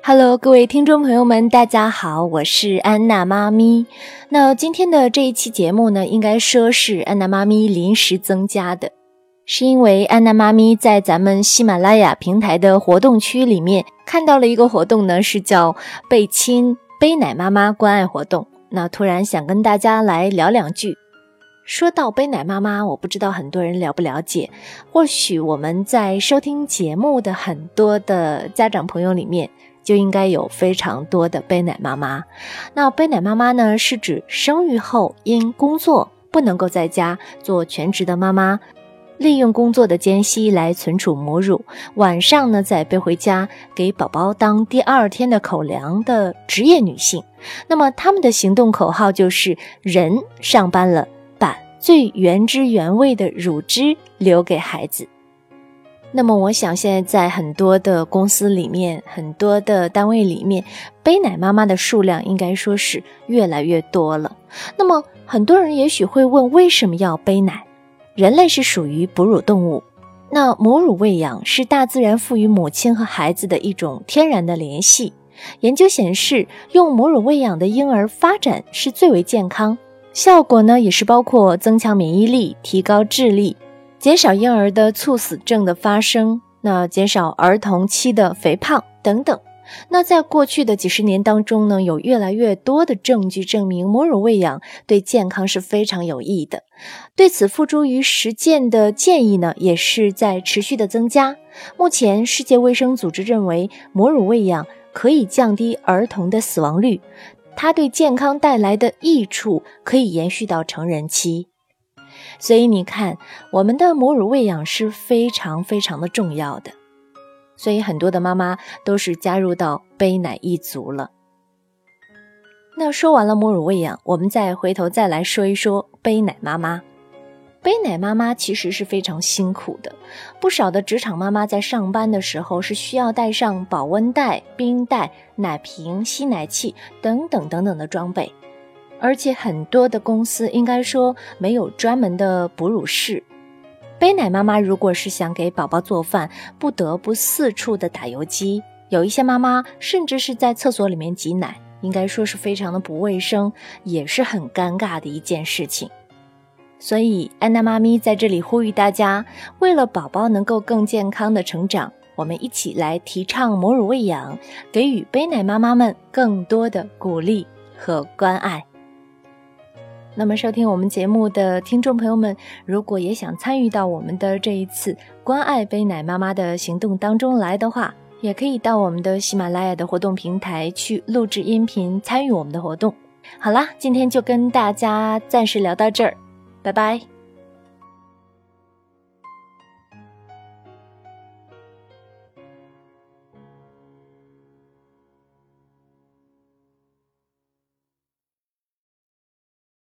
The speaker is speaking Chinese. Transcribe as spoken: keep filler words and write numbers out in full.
Hello， 各位听众朋友们，大家好，我是安娜妈咪。那今天的这一期节目呢，应该说是安娜妈咪临时增加的，是因为安娜妈咪在咱们喜马拉雅平台的活动区里面看到了一个活动呢，是叫贝亲背奶妈妈关爱活动。那突然想跟大家来聊两句。说到背奶妈妈，我不知道很多人了不了解，或许我们在收听节目的很多的家长朋友里面就应该有非常多的背奶妈妈。那背奶妈妈呢，是指生育后因工作不能够在家做全职的妈妈，利用工作的间隙来存储母乳，晚上呢再背回家给宝宝当第二天的口粮的职业女性。那么他们的行动口号就是人上班了，把最原汁原味的乳汁留给孩子。那么我想现在在很多的公司里面，很多的单位里面，背奶妈妈的数量应该说是越来越多了。那么很多人也许会问，为什么要背奶？人类是属于哺乳动物，那母乳喂养是大自然赋予母亲和孩子的一种天然的联系。研究显示，用母乳喂养的婴儿发展是最为健康，效果呢也是包括增强免疫力、提高智力、减少婴儿的猝死症的发生，那减少儿童期的肥胖等等。那在过去的几十年当中呢，有越来越多的证据证明母乳喂养对健康是非常有益的。对此付诸于实践的建议呢，也是在持续的增加。目前世界卫生组织认为，母乳喂养可以降低儿童的死亡率，它对健康带来的益处可以延续到成人期。所以你看，我们的母乳喂养是非常非常的重要的，所以很多的妈妈都是加入到背奶一族了。那说完了母乳喂养，我们再回头再来说一说背奶妈妈。背奶妈妈其实是非常辛苦的，不少的职场妈妈在上班的时候是需要带上保温袋、冰袋、奶瓶、吸奶器等等等等的装备，而且很多的公司应该说没有专门的哺乳室。背奶妈妈如果是想给宝宝做饭，不得不四处的打游击，有一些妈妈甚至是在厕所里面挤奶，应该说是非常的不卫生，也是很尴尬的一件事情。所以安娜妈咪在这里呼吁大家，为了宝宝能够更健康的成长，我们一起来提倡母乳喂养，给予背奶妈妈们更多的鼓励和关爱。那么收听我们节目的听众朋友们，如果也想参与到我们的这一次关爱背奶妈妈的行动当中来的话，也可以到我们的喜马拉雅的活动平台去录制音频，参与我们的活动。好啦，今天就跟大家暂时聊到这儿，拜拜。